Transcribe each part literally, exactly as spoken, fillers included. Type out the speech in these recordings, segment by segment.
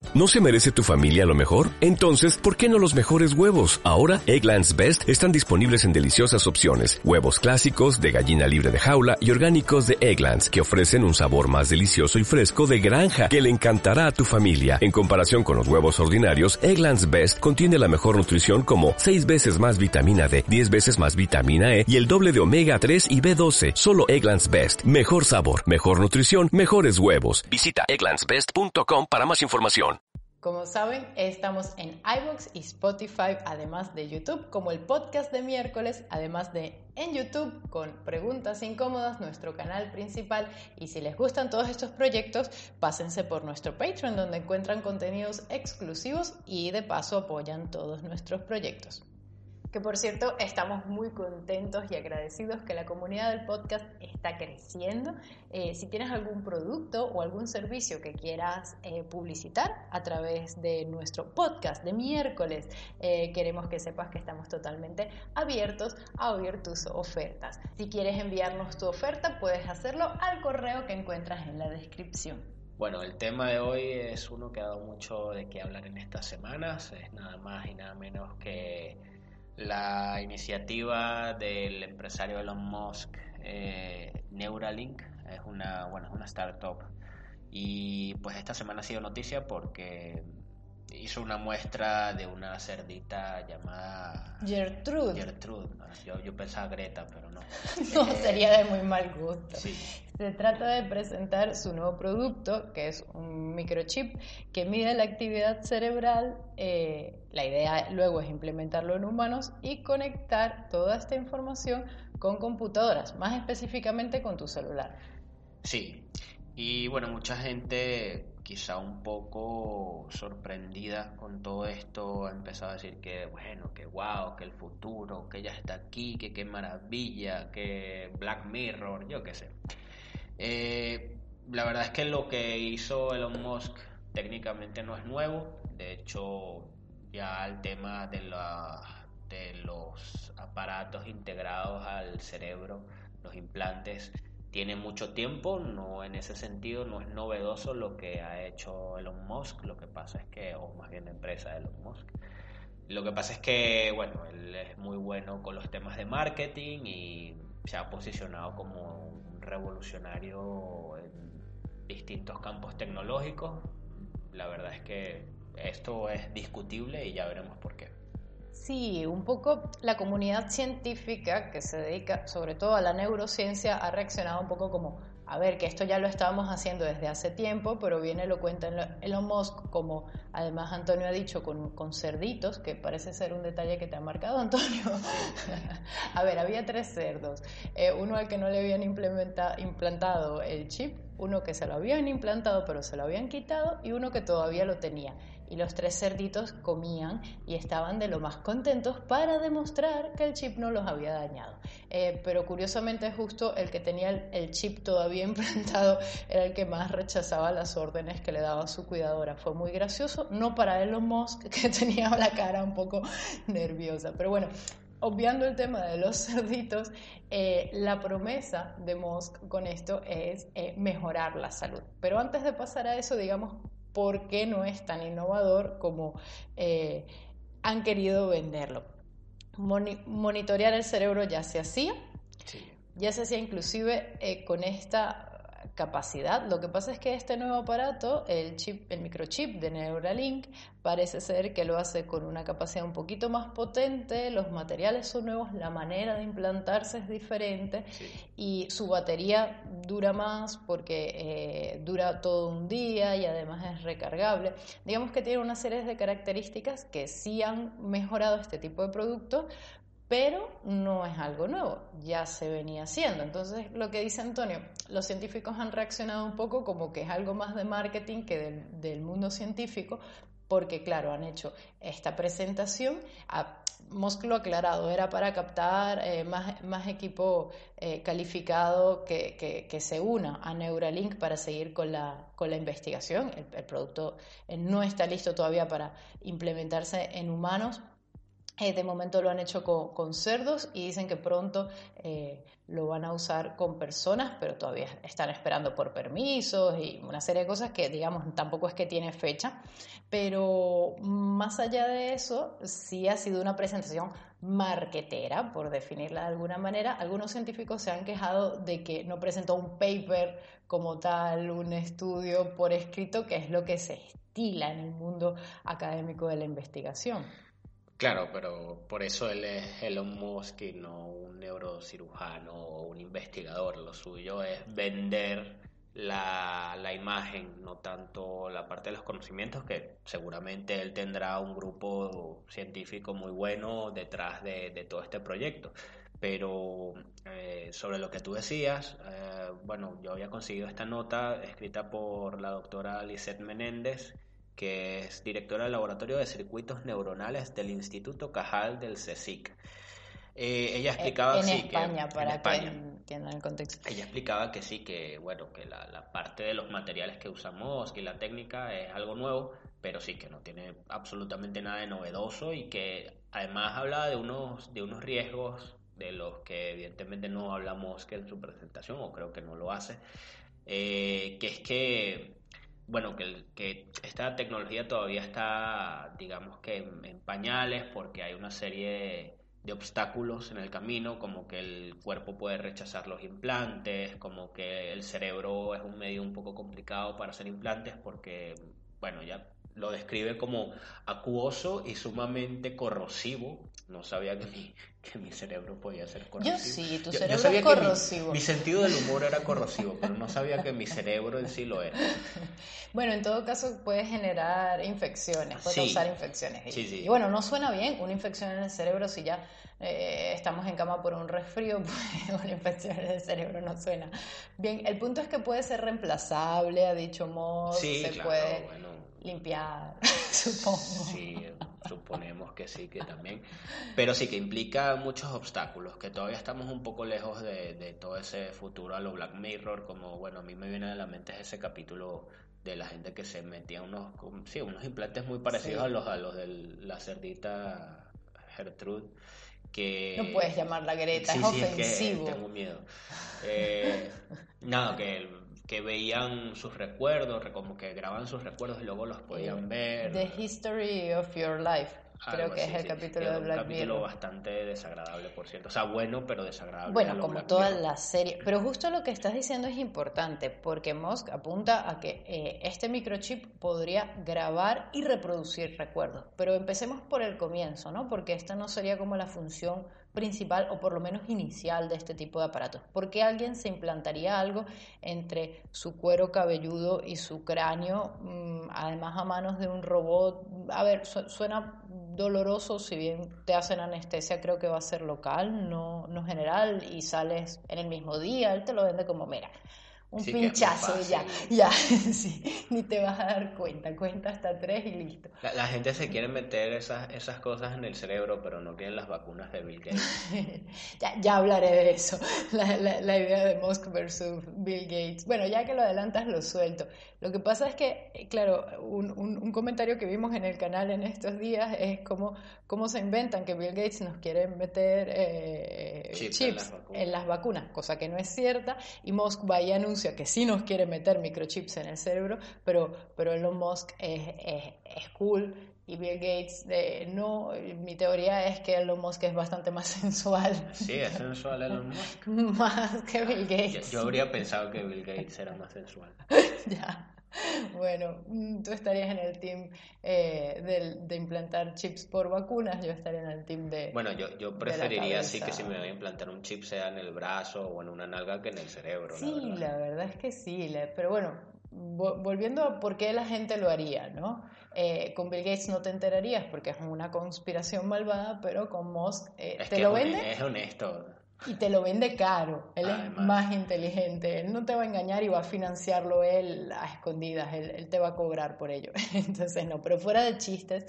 ¿No se merece tu familia lo mejor? Entonces, ¿por qué no los mejores huevos? Ahora, Eggland's Best están disponibles en deliciosas opciones. Huevos clásicos, de gallina libre de jaula y orgánicos de Eggland's, que ofrecen un sabor más delicioso y fresco de granja que le encantará a tu familia. En comparación con los huevos ordinarios, Eggland's Best contiene la mejor nutrición como seis veces más vitamina D, diez veces más vitamina E y el doble de omega tres y B doce. Solo Eggland's Best. Mejor sabor, mejor nutrición, mejores huevos. Visita egglands best punto com para más información. Como saben, estamos en iVoox y Spotify, además de YouTube, como el podcast de miércoles, además de en YouTube con Preguntas Incómodas, nuestro canal principal. Y si les gustan todos estos proyectos, pásense por nuestro Patreon, donde encuentran contenidos exclusivos y de paso apoyan todos nuestros proyectos. Que por cierto, estamos muy contentos y agradecidos que la comunidad del podcast está creciendo. Eh, si tienes algún producto o algún servicio que quieras eh, publicitar a través de nuestro podcast de miércoles, eh, queremos que sepas que estamos totalmente abiertos a oír tus ofertas. Si quieres enviarnos tu oferta, puedes hacerlo al correo que encuentras en la descripción. Bueno, el tema de hoy es uno que ha dado mucho de qué hablar en estas semanas. Es nada más y nada menos que la iniciativa del empresario Elon Musk, eh, Neuralink. Es una, bueno, es una startup y pues esta semana ha sido noticia porque hizo una muestra de una cerdita llamada Gertrude. Gertrude, ¿no? yo, yo pensaba Greta, pero no. No, eh, sería de muy mal gusto. Sí. Se trata de presentar su nuevo producto, que es un microchip que mide la actividad cerebral. Eh, la idea luego es implementarlo en humanos y conectar toda esta información con computadoras, más específicamente con tu celular. Sí, y bueno, mucha gente quizá un poco sorprendida con todo esto ha empezado a decir que bueno, que wow, que el futuro, que ya está aquí, que qué maravilla, que Black Mirror, yo qué sé. Eh, la verdad es que lo que hizo Elon Musk técnicamente no es nuevo. De hecho, ya el tema de, la, de los aparatos integrados al cerebro, los implantes, tiene mucho tiempo. No, en ese sentido no es novedoso lo que ha hecho Elon Musk. Lo que pasa es que, o más bien la empresa de Elon Musk, lo que pasa es que bueno, él es muy bueno con los temas de marketing y se ha posicionado como un revolucionario en distintos campos tecnológicos. La verdad es que esto es discutible y ya veremos por qué. Sí, un poco la comunidad científica que se dedica sobre todo a la neurociencia ha reaccionado un poco como, a ver, que esto ya lo estábamos haciendo desde hace tiempo, pero viene lo cuenta Elon Musk, como además Antonio ha dicho, con, con cerditos, que parece ser un detalle que te ha marcado, Antonio. A ver, había tres cerdos, eh, uno al que no le habían implantado el chip, uno que se lo habían implantado pero se lo habían quitado y uno que todavía lo tenía. Y los tres cerditos comían y estaban de lo más contentos para demostrar que el chip no los había dañado. Eh, pero curiosamente justo el que tenía el, el chip todavía implantado era el que más rechazaba las órdenes que le daba su cuidadora. Fue muy gracioso, no para Elon Musk, que tenía la cara un poco nerviosa. Pero bueno, obviando el tema de los cerditos, eh, la promesa de Musk con esto es eh, mejorar la salud. Pero antes de pasar a eso, digamos, ¿por qué no es tan innovador como eh, han querido venderlo? Moni- monitorear el cerebro ya se hacía, sí. ya se hacía inclusive eh, con esta capacidad. Lo que pasa es que este nuevo aparato, el chip, el microchip de Neuralink, parece ser que lo hace con una capacidad un poquito más potente, los materiales son nuevos, la manera de implantarse es diferente, sí. y su batería dura más porque eh, dura todo un día y además es recargable. Digamos que tiene una serie de características que sí han mejorado este tipo de productos, pero no es algo nuevo, ya se venía haciendo. Entonces, lo que dice Antonio, los científicos han reaccionado un poco como que es algo más de marketing que del, del mundo científico, porque claro, han hecho esta presentación, a, Musk lo ha aclarado, era para captar eh, más, más equipo eh, calificado que, que, que se una a Neuralink para seguir con la, con la investigación. El, el producto eh, no está listo todavía para implementarse en humanos, Eh, de momento lo han hecho con, con cerdos y dicen que pronto eh, lo van a usar con personas, pero todavía están esperando por permisos y una serie de cosas que, digamos, tampoco es que tiene fecha. Pero más allá de eso, sí ha sido una presentación marquetera, por definirla de alguna manera. Algunos científicos se han quejado de que no presentó un paper como tal, un estudio por escrito, que es lo que se estila en el mundo académico de la investigación. Claro, pero por eso él es Elon Musk y no un neurocirujano o un investigador. Lo suyo es vender la, la imagen, no tanto la parte de los conocimientos, que seguramente él tendrá un grupo científico muy bueno detrás de, de todo este proyecto. Pero eh, sobre lo que tú decías, eh, bueno, yo había conseguido esta nota escrita por la doctora Lisette Menéndez, que es directora del Laboratorio de Circuitos Neuronales del Instituto Cajal del CSIC. Eh, ella explicaba en sí, España, que, para en España, que entiendan el contexto. Ella explicaba que sí, que bueno, que la, la parte de los materiales que usamos y la técnica es algo nuevo, pero sí que no tiene absolutamente nada de novedoso y que además habla de unos, de unos riesgos de los que evidentemente no hablamos que en su presentación, o creo que no lo hace, eh, que es que bueno, que, que esta tecnología todavía está, digamos que en, en pañales, porque hay una serie de obstáculos en el camino, como que el cuerpo puede rechazar los implantes, como que el cerebro es un medio un poco complicado para hacer implantes, porque, bueno, ya lo describe como acuoso y sumamente corrosivo. No sabía que mi, que mi cerebro podía ser corrosivo. Yo sí, tu yo, cerebro yo sabía es corrosivo. Que mi, mi sentido del humor era corrosivo, pero no sabía que mi cerebro en sí lo era. Bueno, en todo caso puede generar infecciones, puede Sí, causar infecciones. Y, sí, sí. y bueno, no suena bien una infección en el cerebro si ya eh, estamos en cama por un resfrío, pues una infección en el cerebro no suena bien. El punto es que puede ser reemplazable, ha dicho Moss, Sí, se claro, puede bueno, limpiar, supongo. sí, suponemos que sí, que también. Pero sí que implica muchos obstáculos, que todavía estamos un poco lejos de, de todo ese futuro a lo Black Mirror, como, bueno, a mí me viene a la mente ese capítulo de la gente que se metía unos, sí, unos implantes muy parecidos Sí. a los a los de la cerdita Gertrude, que... No puedes llamarla Greta, sí, es sí, ofensivo. Es que tengo miedo. Eh, nada, que, que veían sus recuerdos, como que graban sus recuerdos y luego los podían Eh, ver. The History of Your Life. Creo Algo que así, es el sí. capítulo Era de un Black capítulo Mirror. bastante desagradable, por cierto. O sea, bueno, pero desagradable. Bueno, a lo como Black toda Mirror. la serie. Pero justo lo que estás diciendo es importante, porque Musk apunta a que eh, este microchip podría grabar y reproducir recuerdos. Pero empecemos por el comienzo, ¿no? Porque esta no sería como la función principal o por lo menos inicial de este tipo de aparatos. ¿Por qué alguien se implantaría algo entre su cuero cabelludo y su cráneo, mmm, además a manos de un robot? A ver, su- suena doloroso, si bien te hacen anestesia, creo que va a ser local, no, no general, y sales en el mismo día. Él te lo vende como, mira, un Sí, que es muy pinchazo y ya, fácil. ya, sí, ni te vas a dar cuenta, cuenta hasta tres y listo. La, la gente se quiere meter esas, esas cosas en el cerebro, pero no quieren las vacunas de Bill Gates. ya, ya hablaré de eso, la, la, la idea de Musk versus Bill Gates. Bueno, ya que lo adelantas, lo suelto. Lo que pasa es que, claro, un, un, un comentario que vimos en el canal en estos días es cómo, cómo se inventan que Bill Gates nos quiere meter eh, Chips chips en las vacunas. en las vacunas, cosa que no es cierta, y Musk va y anuncia que sí nos quiere meter microchips en el cerebro, pero, pero Elon Musk es, es, es cool y Bill Gates eh, no. Mi teoría es que Elon Musk es bastante más sensual. Sí, es sensual Elon Musk. Más que Bill Yo, Gates. yo habría pensado que Bill Gates era más sensual. Ya. Bueno, mm, tú estarías en el team eh, de, de implantar chips por vacunas, yo estaría en el team de... Bueno, yo, yo de la preferiría sí que cabeza. si me voy a implantar un chip sea en el brazo o en una nalga que en el cerebro, la Sí, verdad. la verdad es que sí, la- pero bueno, vo- volviendo a por qué la gente lo haría, ¿no? Eh, con Bill Gates no te enterarías porque es una conspiración malvada, pero con Musk eh, Es te que lo es, vende hone- es honesto. y te lo vende caro. Él es Además. más inteligente, él no te va a engañar y va a financiarlo él a escondidas, él, él te va a cobrar por ello. Entonces no, pero fuera de chistes,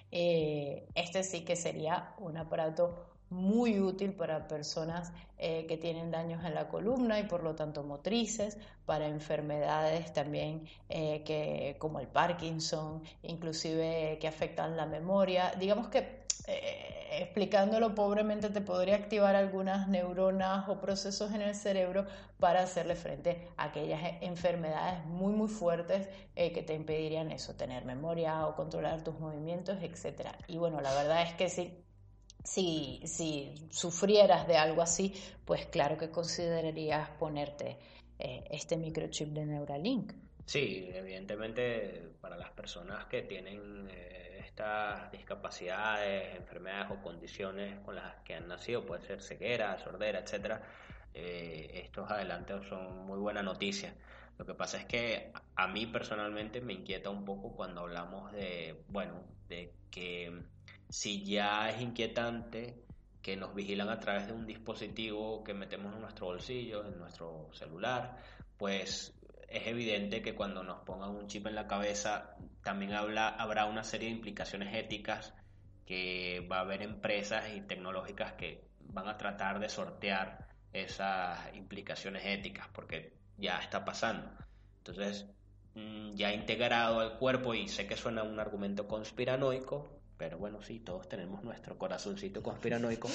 eh, este sí que sería un aparato muy útil para personas eh, que tienen daños en la columna y por lo tanto motrices, para enfermedades también eh, que, como el Parkinson, inclusive que afectan la memoria. Digamos que eh, explicándolo pobremente, te podría activar algunas neuronas o procesos en el cerebro para hacerle frente a aquellas enfermedades muy muy fuertes eh, que te impedirían eso, tener memoria o controlar tus movimientos, etcétera. Y bueno, la verdad es que sí. Si, si sufrieras de algo así, pues claro que considerarías ponerte eh, este microchip de Neuralink. Sí, evidentemente para las personas que tienen eh, estas discapacidades, enfermedades o condiciones con las que han nacido, puede ser ceguera, sordera, etcétera, eh, estos adelantos son muy buena noticia. Lo que pasa es que a mí personalmente me inquieta un poco cuando hablamos de, bueno, de que si ya es inquietante que nos vigilan a través de un dispositivo que metemos en nuestro bolsillo, en nuestro celular, pues es evidente que cuando nos pongan un chip en la cabeza también habla, habrá una serie de implicaciones éticas que va a haber empresas y tecnológicas que van a tratar de sortear esas implicaciones éticas, porque ya está pasando. Entonces, ya integrado al cuerpo, y sé que suena un argumento conspiranoico, pero bueno, sí, todos tenemos nuestro corazoncito conspiranoico.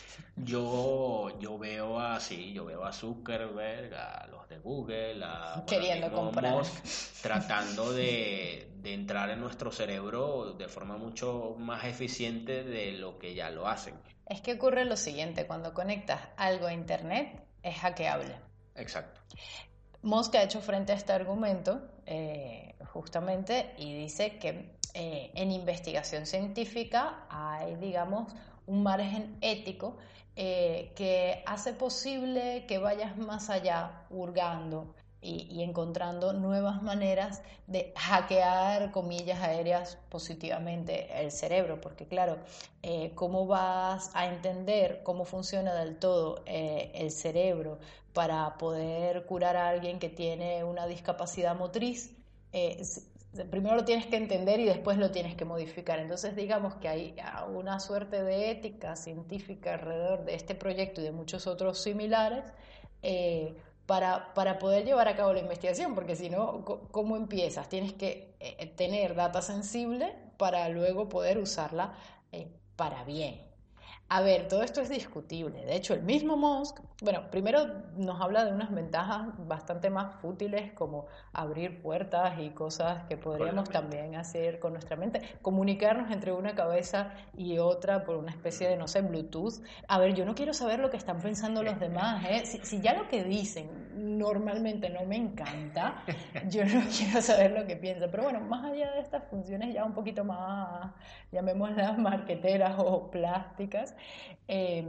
Yo, yo veo así, yo veo a Zuckerberg, a los de Google, a queriendo bueno, comprar, Musk, tratando de, de entrar en nuestro cerebro de forma mucho más eficiente de lo que ya lo hacen. Es que ocurre lo siguiente, cuando conectas algo a internet es hackeable. Exacto. Musk ha hecho frente a este argumento eh, justamente y dice que eh, en investigación científica hay, digamos, un margen ético eh, que hace posible que vayas más allá, hurgando y, y encontrando nuevas maneras de hackear, comillas aéreas, positivamente el cerebro, porque claro, eh, ¿cómo vas a entender cómo funciona del todo eh, el cerebro para poder curar a alguien que tiene una discapacidad motriz? Eh, primero lo tienes que entender y después lo tienes que modificar. Entonces digamos que hay una suerte de ética científica alrededor de este proyecto y de muchos otros similares eh, para, para poder llevar a cabo la investigación, porque si no, ¿cómo empiezas? Tienes que eh, tener data sensible para luego poder usarla eh, para bien. A ver, todo esto es discutible. De hecho, el mismo Musk, bueno, primero nos habla de unas ventajas bastante más fútiles como abrir puertas y cosas que podríamos también hacer con nuestra mente. Comunicarnos entre una cabeza y otra por una especie de, no sé, Bluetooth. A ver, yo no quiero saber lo que están pensando los demás, ¿eh? Si, si ya lo que dicen normalmente no me encanta, yo no quiero saber lo que piensan. Pero bueno, más allá de estas funciones ya un poquito más, llamémoslas marqueteras o plásticas, Eh,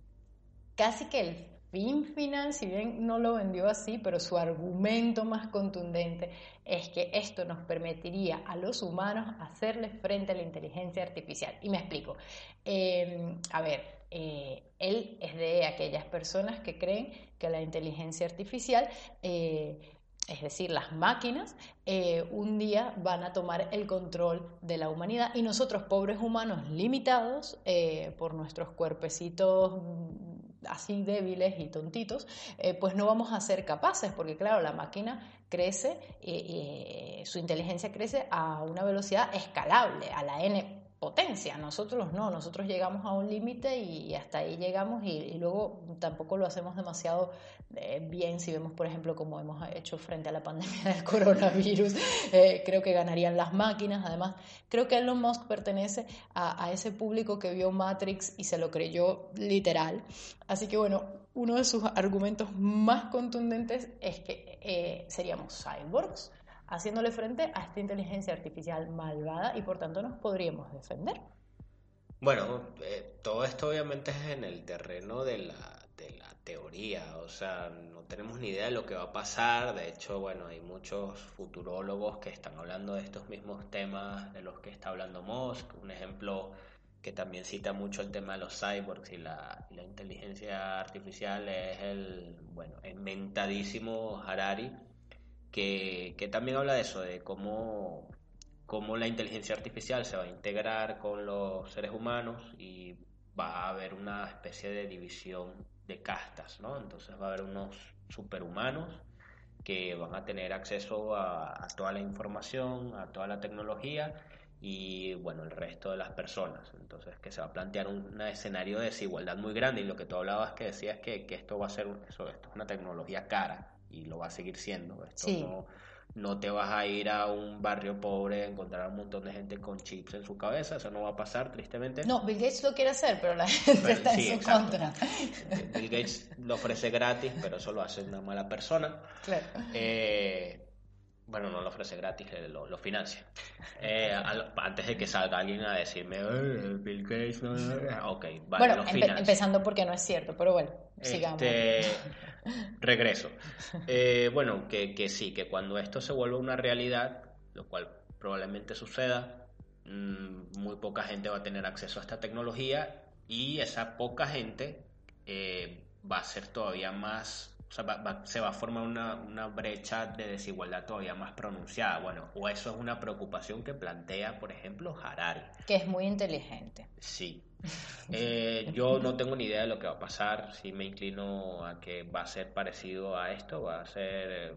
casi que el fin final, si bien no lo vendió así, pero su argumento más contundente es que esto nos permitiría a los humanos hacerle frente a la inteligencia artificial. Y me explico. Eh, a ver, eh, él es de aquellas personas que creen que la inteligencia artificial eh, es decir, las máquinas, eh, un día van a tomar el control de la humanidad y nosotros, pobres humanos limitados eh, por nuestros cuerpecitos así débiles y tontitos, eh, pues no vamos a ser capaces, porque claro, la máquina crece, eh, eh, su inteligencia crece a una velocidad escalable, a la n potencia. Nosotros no, nosotros llegamos a un límite y hasta ahí llegamos y, y luego tampoco lo hacemos demasiado eh, bien. Si vemos, por ejemplo, como hemos hecho frente a la pandemia del coronavirus, eh, creo que ganarían las máquinas. Además, creo que Elon Musk pertenece a, a ese público que vio Matrix y se lo creyó literal. Así que bueno, uno de sus argumentos más contundentes es que eh, seríamos cyborgs, haciéndole frente a esta inteligencia artificial malvada y por tanto nos podríamos defender. Bueno, eh, todo esto obviamente es en el terreno de la, de la teoría, o sea, no tenemos ni idea de lo que va a pasar. De hecho, bueno, hay muchos futurólogos que están hablando de estos mismos temas de los que está hablando Musk. Un ejemplo que también cita mucho el tema de los cyborgs y la, y la inteligencia artificial es el, bueno, inventadísimo Harari, que, que también habla de eso, de cómo, cómo la inteligencia artificial se va a integrar con los seres humanos y va a haber una especie de división de castas, ¿no? Entonces va a haber unos superhumanos que van a tener acceso a, a toda la información, a toda la tecnología, y bueno, el resto de las personas. Entonces que se va a plantear un, un escenario de desigualdad muy grande, y lo que tú hablabas que decías que, que esto va a ser un, eso, esto es una tecnología cara y lo va a seguir siendo. Esto Sí. no, no te vas a ir a un barrio pobre a encontrar un montón de gente con chips en su cabeza, eso no va a pasar, tristemente. No, Bill Gates lo quiere hacer, pero la gente Pero, está sí, en su exacto. contra. Bill Gates lo ofrece gratis, pero eso lo hace una mala persona. Claro. Eh, bueno, no lo ofrece gratis, lo, lo financia. Eh, al, antes de que salga alguien a decirme, eh, Bill Gates, no, no, no. Ok, vale, Bueno, lo empe- financia. empezando porque no es cierto, pero bueno, sigamos. Este, regreso. Eh, bueno, que, que sí, que cuando esto se vuelva una realidad, lo cual probablemente suceda, mmm, muy poca gente va a tener acceso a esta tecnología, y esa poca gente eh, va a ser todavía más, o sea, va, va, se va a formar una, una brecha de desigualdad todavía más pronunciada. Bueno, o eso es una preocupación que plantea, por ejemplo, Harari. Que es muy inteligente. Sí. Eh, yo no tengo ni idea de lo que va a pasar. Sí me inclino a que va a ser parecido a esto. Va a ser eh,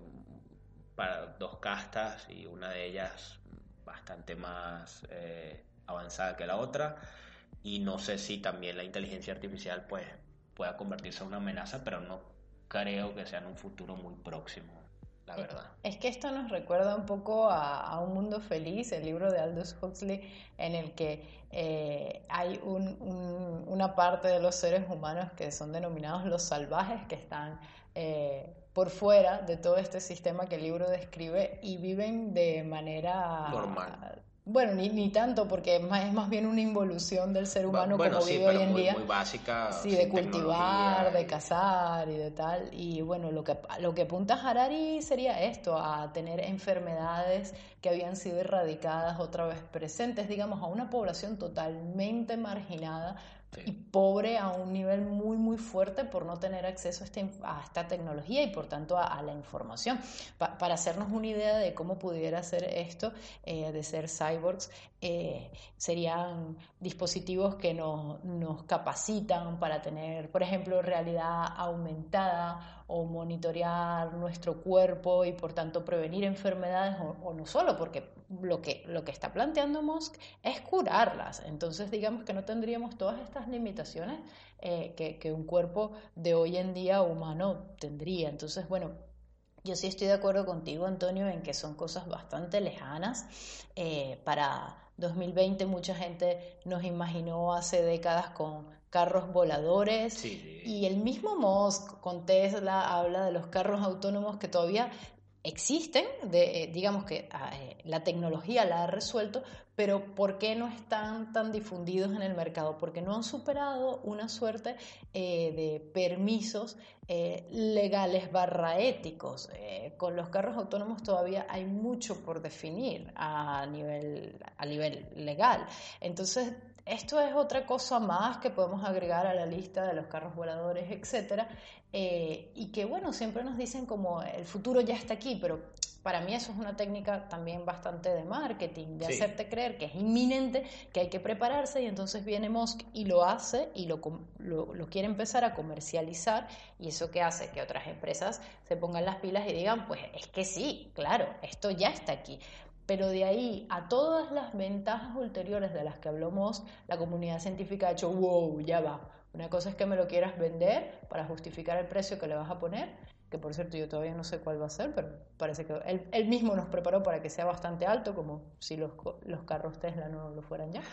para dos castas, y una de ellas bastante más eh, avanzada que la otra. Y no sé si también la inteligencia artificial pues pueda convertirse en una amenaza, pero no creo que sea en un futuro muy próximo, la verdad. Es que esto nos recuerda un poco a, a Un Mundo Feliz, el libro de Aldous Huxley, en el que eh, hay un, un, una parte de los seres humanos que son denominados los salvajes, que están eh, por fuera de todo este sistema que el libro describe y viven de manera normal. Bueno, ni, ni tanto, porque es más, es más bien una involución del ser humano bueno, como sí, vive hoy en muy, día. muy básica. Sí, de cultivar, de cazar y de tal. Y bueno, lo que, lo que apunta Harari sería esto, a tener enfermedades que habían sido erradicadas otra vez presentes, digamos, a una población totalmente marginada. Sí. Y pobre a un nivel muy muy fuerte por no tener acceso a, este, a esta tecnología y por tanto a, a la información. Pa, para hacernos una idea de cómo pudiera ser esto, eh, de ser cyborgs, eh, serían dispositivos que nos, nos capacitan para tener, por ejemplo, realidad aumentada o monitorear nuestro cuerpo y por tanto prevenir enfermedades, o, o no solo, porque lo que, lo que está planteando Musk es curarlas. Entonces digamos que no tendríamos todas estas limitaciones eh, que, que un cuerpo de hoy en día humano tendría. Entonces, bueno, yo sí estoy de acuerdo contigo, Antonio, en que son cosas bastante lejanas. Eh, para dos mil veinte mucha gente nos imaginó hace décadas con carros voladores, sí, sí. Y el mismo Musk con Tesla habla de los carros autónomos que todavía existen, de, eh, digamos que eh, la tecnología la ha resuelto, pero ¿por qué no están tan difundidos en el mercado? Porque no han superado una suerte eh, de permisos eh, legales barra éticos. Eh, con los carros autónomos todavía hay mucho por definir a nivel, a nivel legal. Entonces, esto es otra cosa más que podemos agregar a la lista de los carros voladores, etcétera. Eh, y que bueno, siempre nos dicen como el futuro ya está aquí, pero para mí eso es una técnica también bastante de marketing, de sí. hacerte creer que es inminente, que hay que prepararse, y entonces viene Musk y lo hace y lo, lo, lo quiere empezar a comercializar, y eso que hace que otras empresas se pongan las pilas y digan, pues es que sí, claro, esto ya está aquí. Pero de ahí a todas las ventajas ulteriores de las que habló Musk, la comunidad científica ha hecho, wow, ya va. Una cosa es que me lo quieras vender para justificar el precio que le vas a poner, que por cierto yo todavía no sé cuál va a ser, pero parece que él, él mismo nos preparó para que sea bastante alto, como si los, los carros Tesla no lo fueran ya.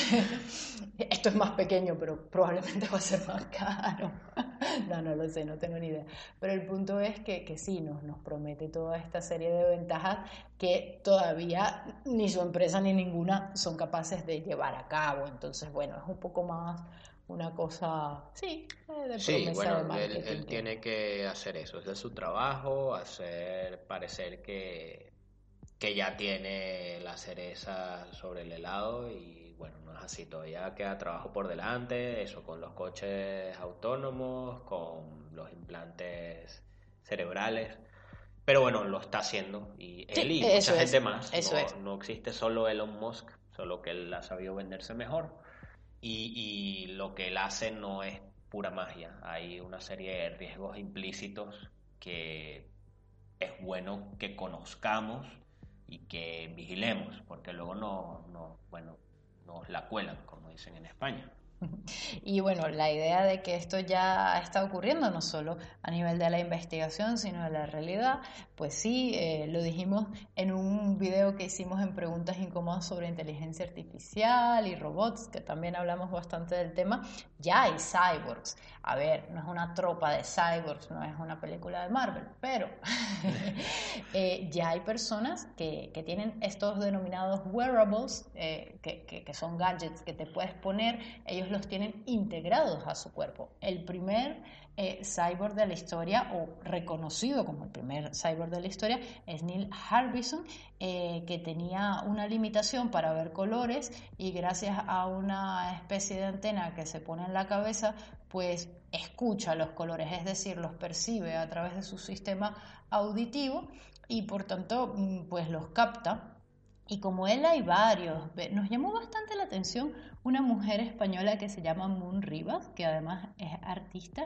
Esto es más pequeño, pero probablemente va a ser más caro. No, no lo sé, no tengo ni idea. Pero el punto es que, que sí, nos, nos promete toda esta serie de ventajas que todavía ni su empresa ni ninguna son capaces de llevar a cabo. Entonces, bueno, es un poco más una cosa, sí, de promesa, sí, bueno, de marketing. Él, él tiene que hacer eso, ese es su trabajo, hacer parecer que, que ya tiene la cereza sobre el helado, y bueno, no es así, todavía queda trabajo por delante, eso con los coches autónomos, con los implantes cerebrales. Pero bueno, lo está haciendo, y él sí, y mucha es, gente más. Eso no, es. no existe solo Elon Musk, solo que él ha sabido venderse mejor. Y, y lo que él hace no es pura magia. Hay una serie de riesgos implícitos que es bueno que conozcamos y que vigilemos, porque luego no, no, bueno, nos la cuelan, como dicen en España. Y bueno, la idea de que esto ya está ocurriendo no solo a nivel de la investigación, sino de la realidad, pues sí, eh, lo dijimos en un video que hicimos en Preguntas Incómodas sobre inteligencia artificial y robots, que también hablamos bastante del tema. Ya hay cyborgs. A ver, no es una tropa de cyborgs, no es una película de Marvel, pero eh, ya hay personas que, que tienen estos denominados wearables, eh, que, que, que son gadgets que te puedes poner. Ellos los tienen integrados a su cuerpo. El primer eh, cyborg de la historia, o reconocido como el primer cyborg de la historia, es Neil Harbisson, eh, que tenía una limitación para ver colores, y gracias a una especie de antena que se pone en la cabeza, pues escucha los colores, es decir, los percibe a través de su sistema auditivo y por tanto pues los capta. Y como él hay varios, nos llamó bastante la atención una mujer española que se llama Moon Rivas, que además es artista,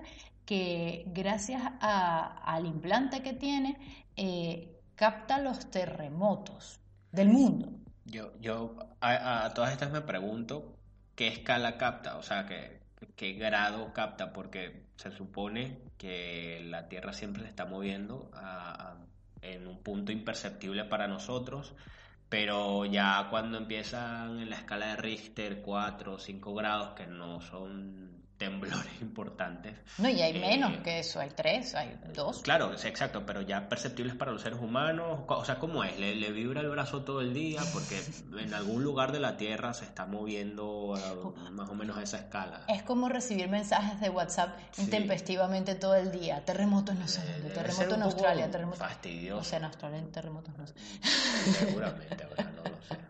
que gracias a, al implante que tiene, eh, capta los terremotos del mundo. Yo, yo a, a todas estas me pregunto qué escala capta, o sea, qué, qué grado capta, porque se supone que la Tierra siempre se está moviendo a, a, en un punto imperceptible para nosotros, pero ya cuando empiezan en la escala de Richter cuatro o cinco grados, que no son temblores importantes. No, y hay eh, menos que eso, hay tres, hay dos. Claro, es exacto, pero ya perceptibles para los seres humanos. O sea, ¿cómo es? ¿Le, le vibra el brazo todo el día? Porque en algún lugar de la Tierra se está moviendo a, más o menos a esa escala. Es como recibir mensajes de WhatsApp Sí. intempestivamente todo el día. Terremotos no sé dónde, Debe terremoto ser en un poco Australia, terremoto... fastidioso. O sea, en Australia en terremotos no sé. Seguramente, o sea, no lo sé.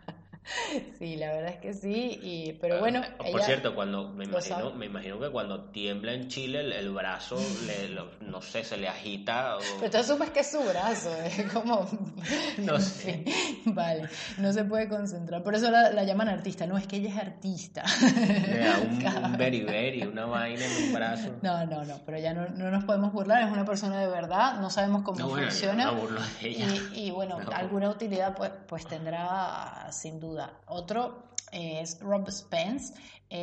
Sí, la verdad es que sí, y, pero bueno... Por ella cierto, cuando me lo imagino, sabe. me imagino que cuando tiembla en Chile el, el brazo, le, lo- no sé, se le agita. O... Pero tú asumes que es su brazo, es como... No en sé. fin, vale, no se puede concentrar. Por eso la, la llaman artista, no es que ella es artista. Le da un, Cada un vez. beriberi, una vaina en un brazo. No, no, no, pero ya no, no nos podemos burlar, es una persona de verdad, no sabemos cómo No, bueno, yo funciona. no me burlo de ella. Y, y bueno, No. alguna utilidad pues, pues tendrá sin duda. Otro eh, es Rob Spence,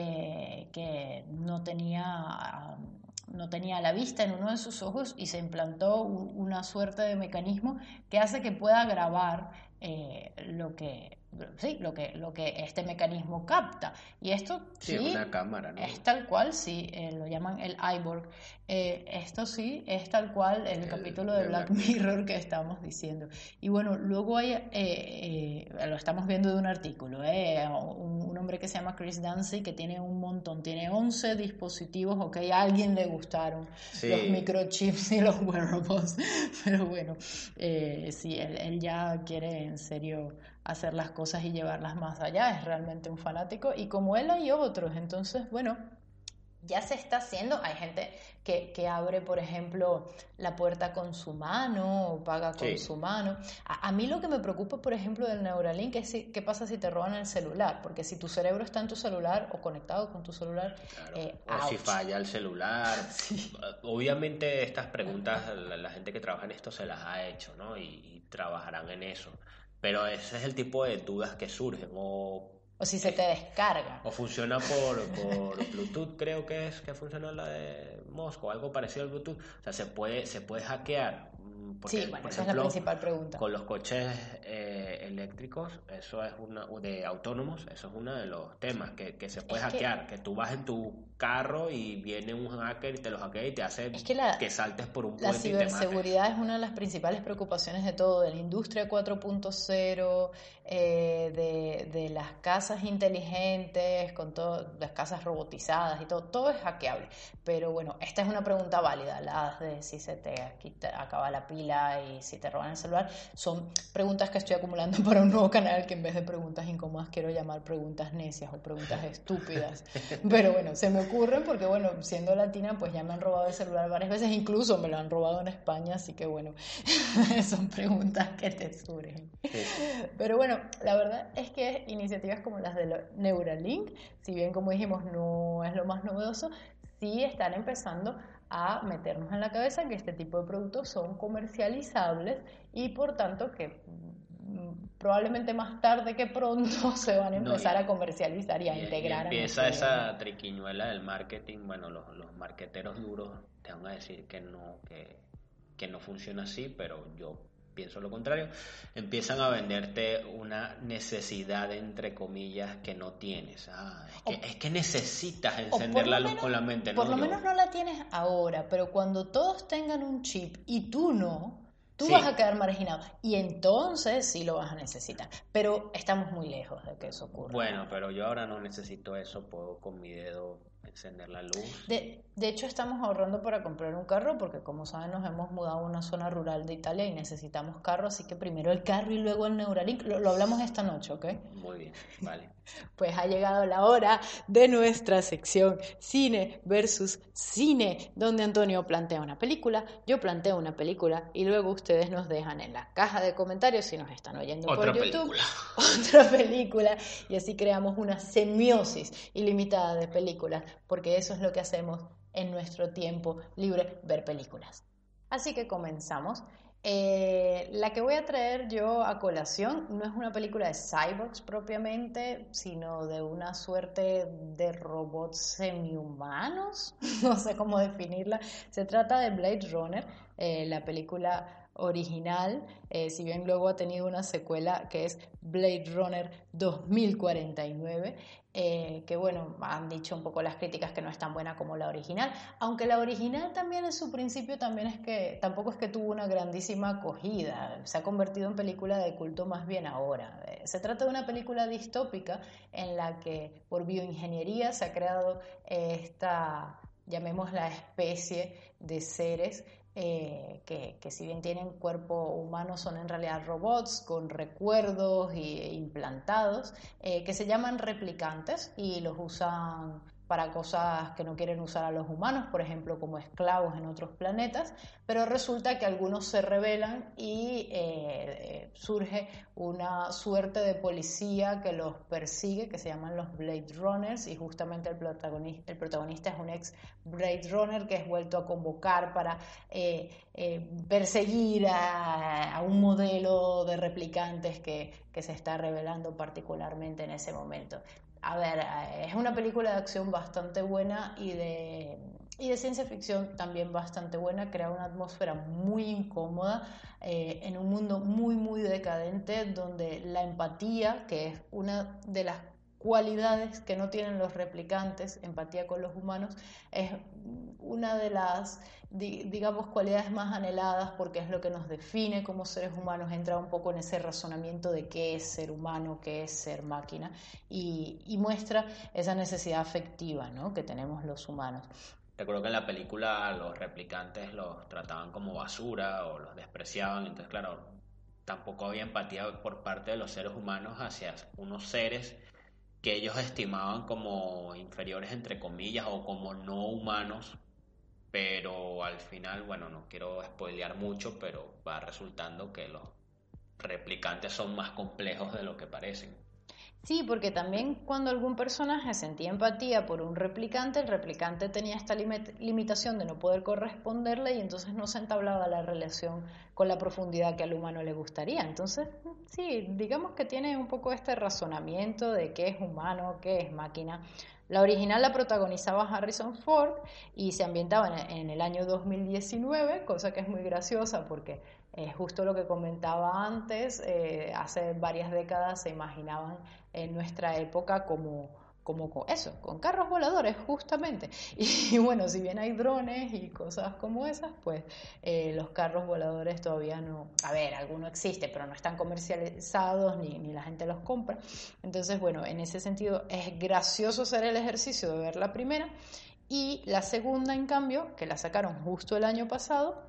eh, que no tenía, no tenía la vista en uno de sus ojos y se implantó un- una suerte de mecanismo que hace que pueda grabar eh, lo que, sí, lo que, lo que este mecanismo capta. Y esto Sí, es sí una cámara, ¿no? es tal cual, sí, eh, lo llaman el iBorg. Eh, esto sí es tal cual el, El capítulo de de Black Black Mirror. Mirror que estamos diciendo. Y bueno, luego hay, eh, eh, lo estamos viendo de un artículo, eh, un, un hombre que se llama Chris Dancy, que tiene un montón, tiene once dispositivos, ok, a alguien le gustaron Sí. los microchips y los wearables, pero bueno, eh, sí, él, él ya quiere en serio hacer las cosas y llevarlas más allá, es realmente un fanático, y como él hay otros, entonces, bueno, ya se está haciendo. Hay gente que, que abre, por ejemplo, la puerta con su mano o paga con Sí. su mano. A, a mí lo que me preocupa, por ejemplo, del Neuralink es si, qué pasa si te roban el celular, porque si tu cerebro está en tu celular o conectado con tu celular, Claro. eh, O si ouch. falla el celular. Sí. Obviamente estas preguntas la, la gente que trabaja en esto se las ha hecho, ¿no? Y, y trabajarán en eso. Pero ese es el tipo de dudas que surgen. O, O si se te descarga. o funciona por, por Bluetooth, creo que es que funciona la de Mosco, algo parecido al Bluetooth. O sea, se puede, se puede hackear. Porque, Sí, bueno, por esa es la ejemplo, principal pregunta. con los coches eh, eléctricos, eso es una, de autónomos, eso es uno de los temas que, que se puede Es que- hackear, que tú vas en tu carro y viene un hacker y te lo hackea y te hace Es que la- saltes por un La puente y te mates. ciberseguridad es una de las principales preocupaciones de todo, de la industria cuatro punto cero, eh, de, de las casas inteligentes, con todo, las casas robotizadas y todo, todo es hackeable. Pero bueno, esta es una pregunta válida, las de si se te quita- acaba la pila y si te roban el celular, son preguntas que estoy acumulando para un nuevo canal que en vez de preguntas incómodas quiero llamar preguntas necias o preguntas estúpidas. Pero bueno, se me ocurren porque bueno, siendo latina pues ya me han robado el celular varias veces, incluso me lo han robado en España, así que bueno, son preguntas que te surgen. Sí. Pero bueno, la verdad es que iniciativas como las de Neuralink, si bien como dijimos no es lo más novedoso, sí están empezando a meternos en la cabeza que este tipo de productos son comercializables y por tanto que probablemente más tarde que pronto se van a empezar no, y, a comercializar y a y, integrar. Y empieza esa triquiñuela del marketing. Bueno, los, los marqueteros duros te van a decir que no, que, que no funciona así, pero yo pienso lo contrario. Empiezan a venderte una necesidad, entre comillas, que no tienes. Ah, es, que, o, es que necesitas encender la luz menos, con la mente. Por no, lo yo... menos no la tienes ahora, pero cuando todos tengan un chip y tú no, tú sí. vas a quedar marginado. Y entonces sí lo vas a necesitar. Pero estamos muy lejos de que eso ocurra. Bueno, pero yo ahora no necesito eso. Puedo con mi dedo encender la luz. De, de hecho, estamos ahorrando para comprar un carro porque, como saben, nos hemos mudado a una zona rural de Italia y necesitamos carro, así que primero el carro y luego el Neuralink. Lo, lo hablamos esta noche, ¿ok? Muy bien, vale. Pues ha llegado la hora de nuestra sección Cine versus Cine, donde Antonio plantea una película, yo planteo una película y luego ustedes nos dejan en la caja de comentarios, si nos están oyendo otra por YouTube, película. otra película, y así creamos una semiosis ilimitada de películas, porque eso es lo que hacemos en nuestro tiempo libre, ver películas. Así que comenzamos. Eh, la que voy a traer yo a colación no es una película de cyborgs propiamente, sino de una suerte de robots semi-humanos, no sé cómo definirla. Se trata de Blade Runner, eh, la película original, eh, si bien luego ha tenido una secuela que es Blade Runner dos mil cuarenta y nueve, eh, que bueno, han dicho un poco las críticas que no es tan buena como la original, aunque la original también en su principio también es que, tampoco es que tuvo una grandísima acogida, se ha convertido en película de culto más bien ahora. Eh, se trata de una película distópica en la que por bioingeniería se ha creado eh, esta, llamémosla especie de seres Eh, que, que si bien tienen cuerpo humano son en realidad robots con recuerdos y, e implantados, eh, que se llaman replicantes y los usan para cosas que no quieren usar a los humanos, por ejemplo como esclavos en otros planetas, pero resulta que algunos se rebelan y eh, surge una suerte de policía que los persigue, que se llaman los Blade Runners, y justamente el protagonista, el protagonista es un ex Blade Runner que es vuelto a convocar para eh, eh, perseguir a, a un modelo de replicantes que, que se está revelando particularmente en ese momento. A ver, es una película de acción bastante buena y de, y de ciencia ficción también bastante buena, crea una atmósfera muy incómoda eh, en un mundo muy muy decadente donde la empatía, que es una de las cualidades que no tienen los replicantes, empatía con los humanos, es una de las, digamos, cualidades más anheladas porque es lo que nos define como seres humanos. Entra un poco en ese razonamiento de qué es ser humano, qué es ser máquina, y, y muestra esa necesidad afectiva, ¿no?, que tenemos los humanos. Recuerdo que en la película los replicantes los trataban como basura o los despreciaban, entonces claro, tampoco había empatía por parte de los seres humanos hacia unos seres que ellos estimaban como inferiores entre comillas o como no humanos, pero al final, bueno, no quiero spoilear mucho, pero va resultando que los replicantes son más complejos de lo que parecen. Sí, porque también cuando algún personaje sentía empatía por un replicante, el replicante tenía esta limit- limitación de no poder corresponderle y entonces no se entablaba la relación con la profundidad que al humano le gustaría. Entonces, sí, digamos que tiene un poco este razonamiento de qué es humano, qué es máquina. La original la protagonizaba Harrison Ford y se ambientaba en, en el año dos mil diecinueve, cosa que es muy graciosa porque eh, justo lo que comentaba antes, eh, hace varias décadas se imaginaban en nuestra época como, como con eso, con carros voladores justamente. Y, y bueno, si bien hay drones y cosas como esas, pues eh, los carros voladores todavía no, a ver, alguno existe, pero no están comercializados ni, ni la gente los compra. Entonces, bueno, en ese sentido es gracioso hacer el ejercicio de ver la primera, y la segunda, en cambio, que la sacaron justo el año pasado,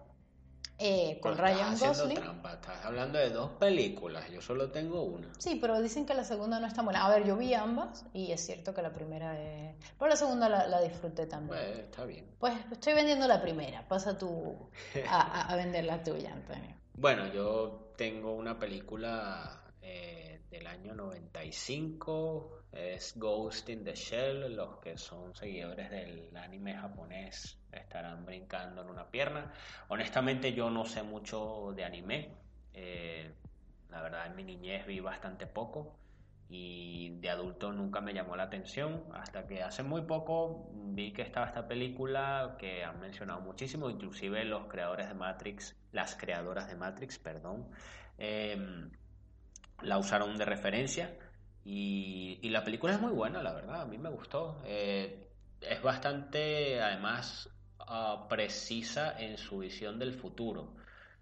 Eh, con Pero Ryan estás haciendo Gosling. trampa, estás hablando de dos películas, yo solo tengo una. Sí, pero dicen que la segunda no es tan buena. A ver, yo vi ambas y es cierto que la primera es... Pero la segunda la, la disfruté también. Pues está bien. Pues estoy vendiendo la primera, pasa tú a, a, a vender la tuya, Antonio. Bueno, yo tengo una película eh, del año noventa y cinco, es Ghost in the Shell. Los que son seguidores del anime japonés estarán brincando en una pierna. Honestamente yo no sé mucho de anime, eh, La verdad, en mi niñez vi bastante poco y de adulto nunca me llamó la atención, hasta que hace muy poco vi que estaba esta película que han mencionado muchísimo, inclusive los creadores de Matrix, las creadoras de Matrix, perdón, eh, la usaron de referencia y, y la película es muy buena, la verdad, a mí me gustó. Eh, es bastante, además, uh, precisa en su visión del futuro,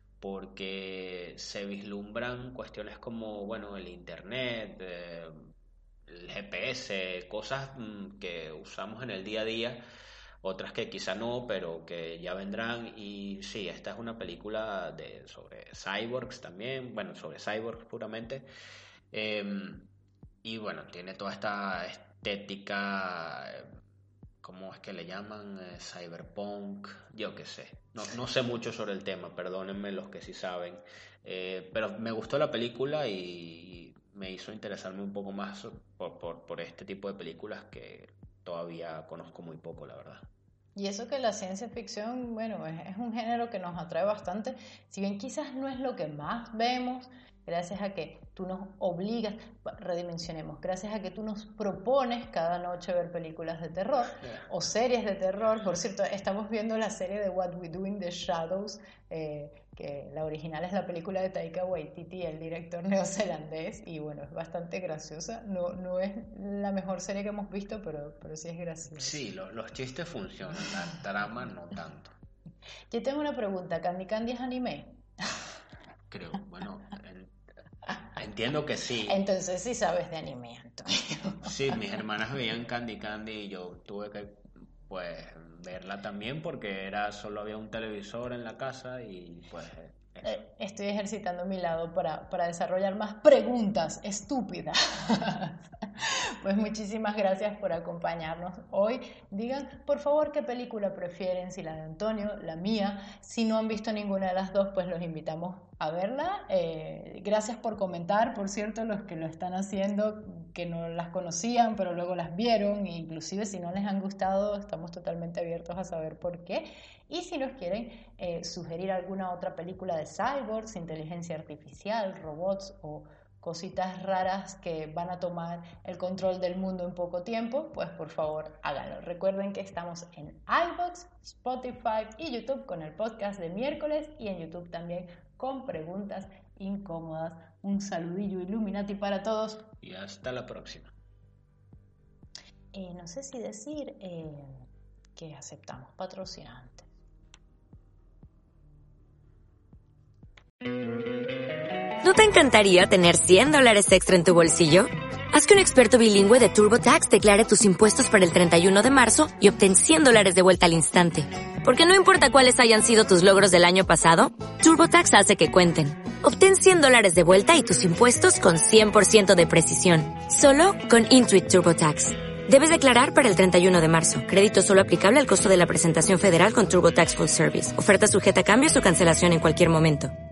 porque se vislumbran cuestiones como, bueno, el internet, eh, el G P S, cosas mm, que usamos en el día a día, otras que quizá no, pero que ya vendrán. Y sí, esta es una película de, sobre cyborgs también, bueno, sobre cyborgs puramente, eh, y bueno, tiene toda esta estética, eh, ¿cómo es que le llaman? Eh, cyberpunk, yo qué sé. No, no sé mucho sobre el tema, perdónenme los que sí saben. Eh, pero me gustó la película y me hizo interesarme un poco más por, por, por este tipo de películas que todavía conozco muy poco, la verdad. Y eso que la ciencia ficción, bueno, es, es un género que nos atrae bastante, si bien quizás no es lo que más vemos, gracias a que tú nos obligas, redimensionemos, gracias a que tú nos propones cada noche ver películas de terror o series de terror. Por cierto, estamos viendo la serie de What We Do in the Shadows, eh, que la original es la película de Taika Waititi, el director neozelandés, y bueno, es bastante graciosa. No, no es la mejor serie que hemos visto, pero, pero sí es graciosa. Sí, lo, los chistes funcionan, la trama no tanto. Yo tengo una pregunta, ¿Candy Candy es anime? Creo, bueno, en, entiendo que sí. Entonces sí sabes de anime, Antonio. Sí, mis hermanas veían Candy Candy y yo tuve que, pues, verla también porque era solo había un televisor en la casa y pues... Eh, estoy ejercitando mi lado para, para desarrollar más preguntas estúpidas. Pues muchísimas gracias por acompañarnos hoy. Digan, por favor, qué película prefieren, si la de Antonio, la mía. Si no han visto ninguna de las dos, pues los invitamos a verla. Eh, gracias por comentar, por cierto, los que lo están haciendo, que no las conocían, pero luego las vieron. E inclusive si no les han gustado, estamos totalmente abiertos a saber por qué. Y si nos quieren eh, sugerir alguna otra película de cyborgs, inteligencia artificial, robots o cositas raras que van a tomar el control del mundo en poco tiempo, pues por favor háganlo. Recuerden que estamos en iVoox, Spotify y YouTube con el podcast de miércoles, y en YouTube también con preguntas incómodas. Un saludillo Illuminati para todos. Y hasta la próxima. Eh, no sé si decir eh, que aceptamos patrocinantes. ¿No te encantaría tener cien dólares extra en tu bolsillo? Haz que un experto bilingüe de TurboTax declare tus impuestos para el treinta y uno de marzo y obtén cien dólares de vuelta al instante. Porque no importa cuáles hayan sido tus logros del año pasado, TurboTax hace que cuenten. Obtén cien dólares de vuelta y tus impuestos con cien por ciento de precisión. Solo con Intuit TurboTax. Debes declarar para el treinta y uno de marzo. Crédito solo aplicable al costo de la presentación federal con TurboTax Full Service. Oferta sujeta a cambios o cancelación en cualquier momento.